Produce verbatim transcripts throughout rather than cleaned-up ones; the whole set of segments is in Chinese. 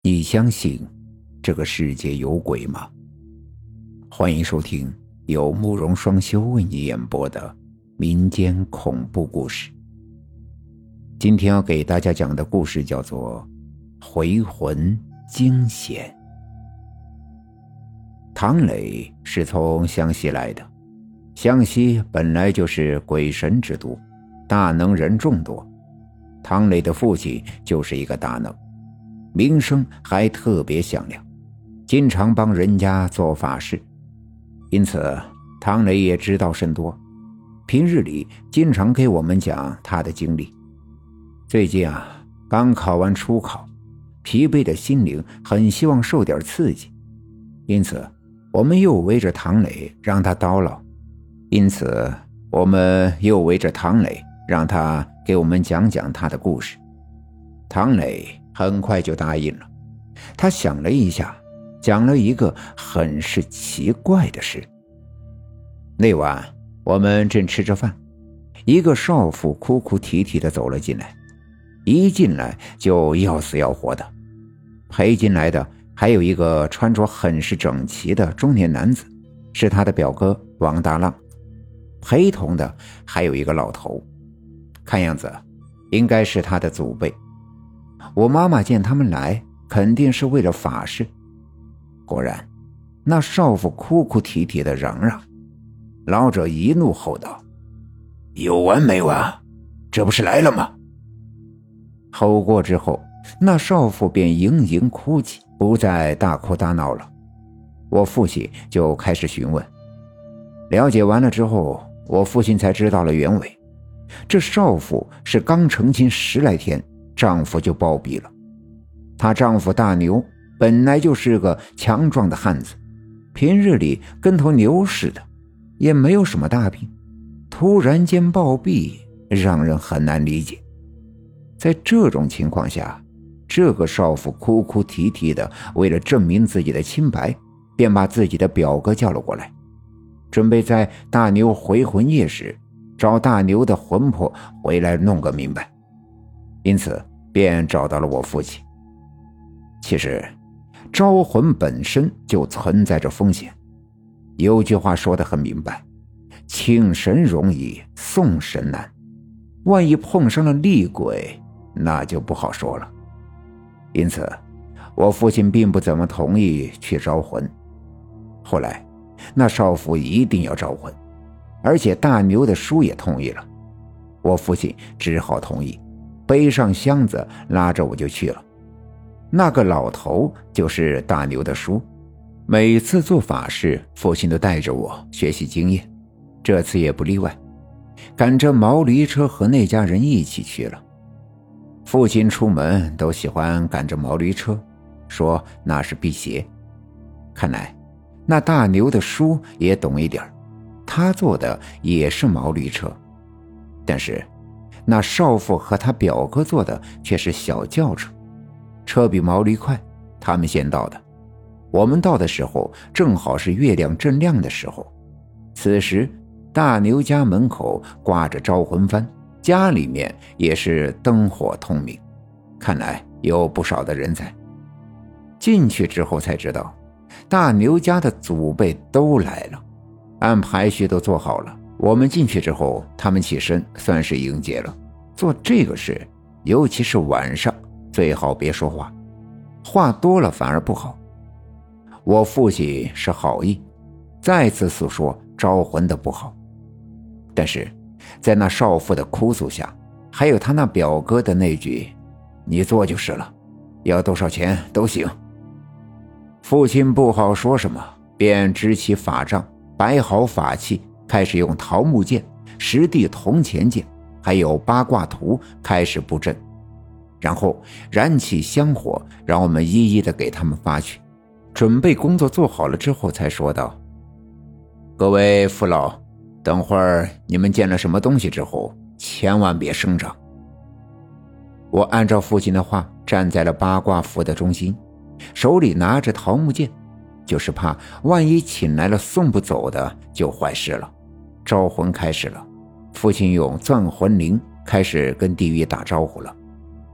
你相信这个世界有鬼吗？欢迎收听由慕容双修为你演播的民间恐怖故事。今天要给大家讲的故事叫做回魂惊险。唐磊是从湘西来的，湘西本来就是鬼神之都，大能人众多。唐磊的父亲就是一个大能，名声还特别响亮，经常帮人家做法事，因此唐磊也知道甚多，平日里经常给我们讲他的经历。最近啊，刚考完初考，疲惫的心灵很希望受点刺激，因此我们又围着唐磊让他叨唠，因此我们又围着唐磊让他给我们讲讲他的故事。唐磊很快就答应了，他想了一下，讲了一个很是奇怪的事。那晚我们正吃着饭，一个少妇哭哭啼啼地走了进来，一进来就要死要活的。陪进来的还有一个穿着很是整齐的中年男子，是他的表哥王大浪。陪同的还有一个老头，看样子应该是他的祖辈。我妈妈见他们来，肯定是为了法事。果然，那少妇哭哭啼啼地嚷嚷，老者一怒吼道：“有完没完？这不是来了吗？”吼过之后，那少妇便嘤嘤哭泣，不再大哭大闹了。我父亲就开始询问，了解完了之后，我父亲才知道了原委。这少妇是刚成亲十来天，丈夫就暴毙了。她丈夫大牛本来就是个强壮的汉子，平日里跟头牛似的，也没有什么大病，突然间暴毙，让人很难理解。在这种情况下，这个少妇哭哭啼啼的，为了证明自己的清白，便把自己的表哥叫了过来，准备在大牛回魂夜时找大牛的魂魄回来弄个明白，因此便找到了我父亲。其实招魂本身就存在着风险，有句话说得很明白，请神容易送神难，万一碰上了厉鬼，那就不好说了。因此我父亲并不怎么同意去招魂。后来那少妇一定要招魂，而且大牛的叔也同意了，我父亲只好同意，背上箱子拉着我就去了。那个老头就是大牛的叔，每次做法事，父亲都带着我学习经验，这次也不例外，赶着毛驴车和那家人一起去了。父亲出门都喜欢赶着毛驴车，说那是辟邪。看来那大牛的叔也懂一点，他坐的也是毛驴车，但是那少妇和他表哥坐的却是小轿车，车比毛驴快，他们先到的。我们到的时候正好是月亮正亮的时候，此时大牛家门口挂着招魂幡，家里面也是灯火通明，看来有不少的人在。进去之后才知道，大牛家的祖辈都来了，按排序都做好了。我们进去之后，他们起身算是迎接了。做这个事，尤其是晚上，最好别说话，话多了反而不好。我父亲是好意，再次诉说招魂的不好，但是在那少妇的哭诉下，还有他那表哥的那句你做就是了，要多少钱都行，父亲不好说什么，便支起法杖，摆好法器，开始用桃木剑、实地铜钱剑还有八卦图开始布阵，然后燃起香火，让我们一一的给他们发去。准备工作做好了之后才说道，各位父老，等会儿你们见了什么东西之后，千万别声张。我按照父亲的话站在了八卦符的中心，手里拿着桃木剑，就是怕万一请来了送不走的就坏事了。招魂开始了，父亲用钻魂铃开始跟地狱打招呼了。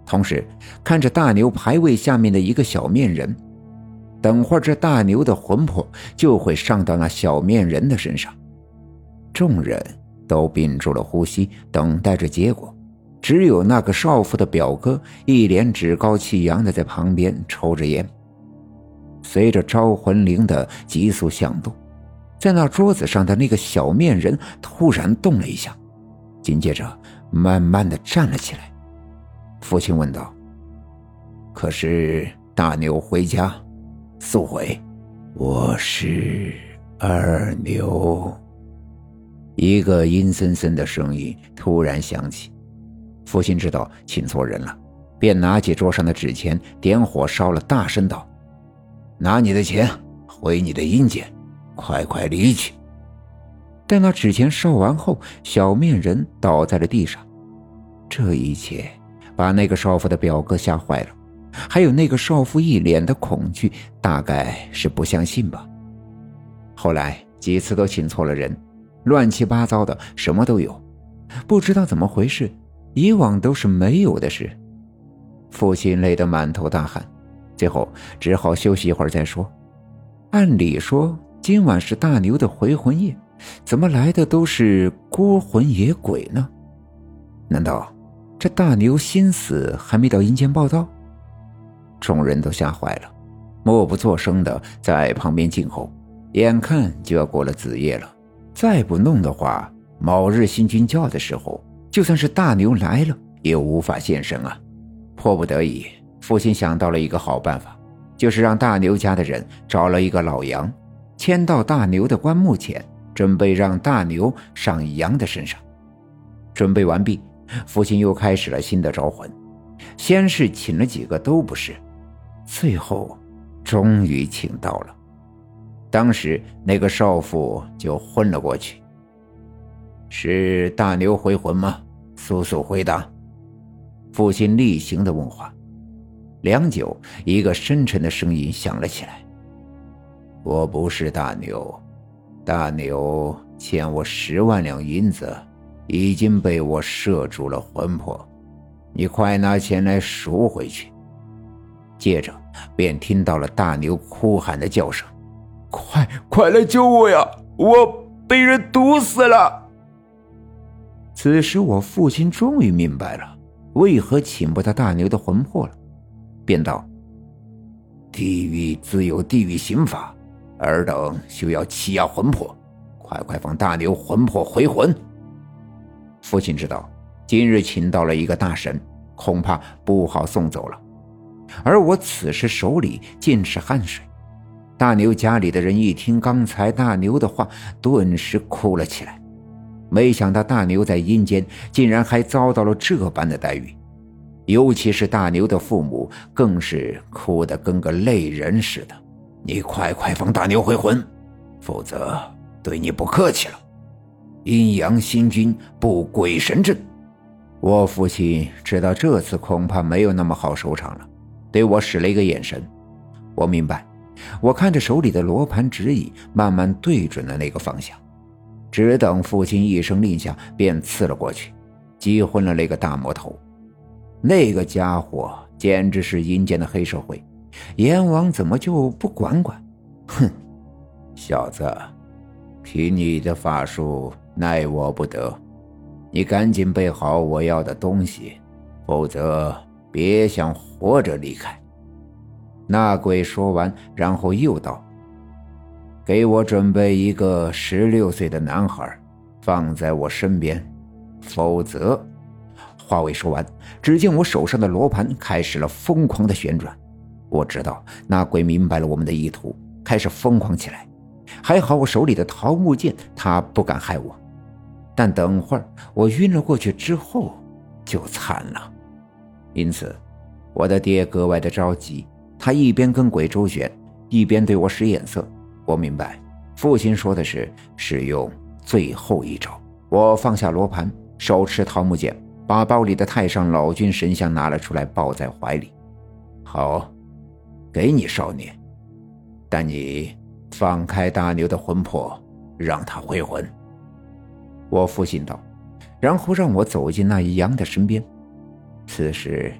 同时看着大牛牌位下面的一个小面人。等会儿这大牛的魂魄就会上到那小面人的身上。众人都屏住了呼吸，等待着结果。只有那个少妇的表哥一脸趾高气扬的在旁边抽着烟。随着招魂铃的急速响动，在那桌子上的那个小面人突然动了一下，紧接着慢慢的站了起来。父亲问道：可是大牛回家？速回。我是二牛。一个阴森森的声音突然响起。父亲知道请错人了，便拿起桌上的纸钱，点火烧了，大声道：拿你的钱回你的阴间，快快离去。待那纸钱烧完后，小面人倒在了地上。这一切把那个少妇的表哥吓坏了，还有那个少妇一脸的恐惧，大概是不相信吧。后来几次都请错了人，乱七八糟的什么都有，不知道怎么回事，以往都是没有的事。父亲累得满头大汗，最后只好休息一会儿再说。按理说今晚是大牛的回魂夜，怎么来的都是孤魂野鬼呢？难道这大牛心死还没到阴间报道？众人都吓坏了，默不作声的在旁边静候。眼看就要过了子夜了，再不弄的话，卯日星君叫的时候，就算是大牛来了也无法现身啊。迫不得已，父亲想到了一个好办法，就是让大牛家的人找了一个老羊，牵到大牛的棺木前，准备让大牛上羊的身上。准备完毕，父亲又开始了新的招魂。先是请了几个都不是，最后终于请到了。当时那个少妇就昏了过去。是大牛回魂吗？速速回答。父亲例行的问话。良久，一个深沉的声音响了起来：我不是大牛，大牛欠我十万两银子，已经被我摄住了魂魄，你快拿钱来赎回去。接着便听到了大牛哭喊的叫声：快快来救我呀，我被人毒死了。此时我父亲终于明白了为何请不到大牛的魂魄了，便道：地狱自有地狱刑法，尔等休要欺压魂魄，快快放大牛魂魄回魂。父亲知道今日请到了一个大神，恐怕不好送走了，而我此时手里尽是汗水。大牛家里的人一听刚才大牛的话，顿时哭了起来。没想到大牛在阴间竟然还遭到了这般的待遇，尤其是大牛的父母更是哭得跟个泪人似的。你快快放大牛回魂，否则对你不客气了。阴阳星君布鬼神阵。我父亲知道这次恐怕没有那么好收场了，对我使了一个眼神。我明白，我看着手里的罗盘指引，慢慢对准了那个方向。只等父亲一声令下，便刺了过去，击昏了那个大魔头。那个家伙简直是阴间的黑社会，阎王怎么就不管管？哼，小子，凭你的法术奈我不得，你赶紧备好我要的东西，否则别想活着离开。那鬼说完，然后又道：给我准备一个十六岁的男孩，放在我身边，否则……话未说完，只见我手上的罗盘开始了疯狂的旋转。我知道那鬼明白了我们的意图，开始疯狂起来。还好我手里的桃木剑，他不敢害我。但等会儿我晕了过去之后，就惨了。因此，我的爹格外的着急，他一边跟鬼周旋，一边对我使眼色。我明白，父亲说的是使用最后一招。我放下罗盘，手持桃木剑，把包里的太上老君神像拿了出来，抱在怀里。好，给你少年，但你放开大牛的魂魄，让他回魂。我父亲道，然后让我走进那羊的身边。此时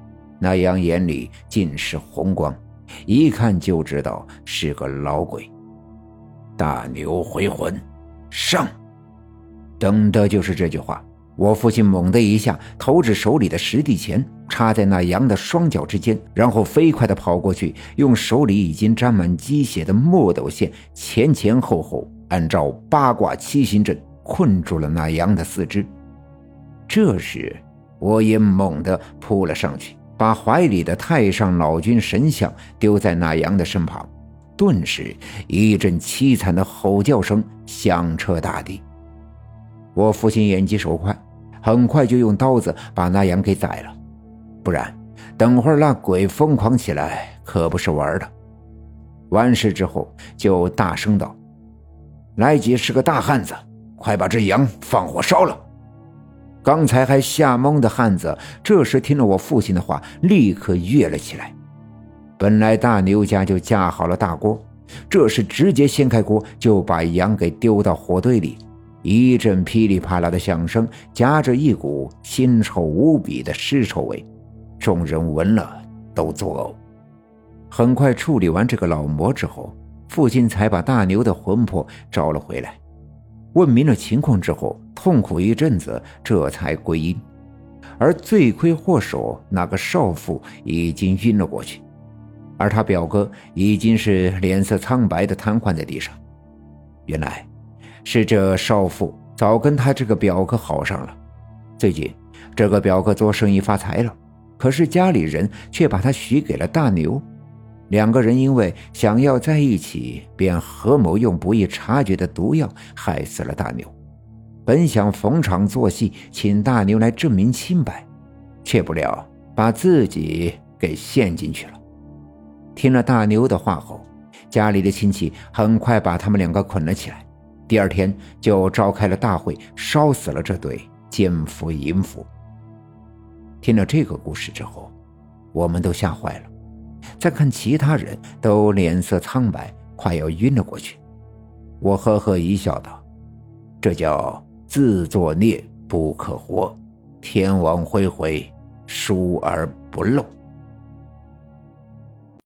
那羊眼里尽是红光，一看就知道是个老鬼。大牛回魂，上！等的就是这句话。我父亲猛地一下投掷手里的十地钱，插在那羊的双脚之间，然后飞快地跑过去，用手里已经沾满鸡血的墨斗线前前后后按照八卦七星阵困住了那羊的四肢。这时我也猛地扑了上去，把怀里的太上老君神像丢在那羊的身旁，顿时一阵凄惨的吼叫声响彻大地。我父亲眼疾手快，很快就用刀子把那羊给宰了，不然等会儿那鬼疯狂起来可不是玩的。完事之后就大声道：来吉是个大汉子，快把这羊放火烧了。刚才还吓懵的汉子这时听了我父亲的话，立刻跃了起来。本来大牛家就架好了大锅，这时直接掀开锅就把羊给丢到火堆里，一阵噼里啪啦的响声，夹着一股腥臭无比的尸臭味，众人闻了都作呕。很快处理完这个老魔之后，父亲才把大牛的魂魄招了回来，问明了情况之后，痛苦一阵子，这才归阴。而罪魁祸首那个少妇已经晕了过去，而他表哥已经是脸色苍白的瘫痪在地上。原来是这少妇早跟他这个表哥好上了，最近这个表哥做生意发财了，可是家里人却把他许给了大牛。两个人因为想要在一起，便合谋用不易察觉的毒药害死了大牛。本想逢场作戏，请大牛来证明清白，却不料把自己给陷进去了。听了大牛的话后，家里的亲戚很快把他们两个捆了起来，第二天就召开了大会，烧死了这对奸夫淫妇。听了这个故事之后，我们都吓坏了，再看其他人都脸色苍白，快要晕了过去。我呵呵一笑道：这叫自作孽不可活，天网恢恢，疏而不漏。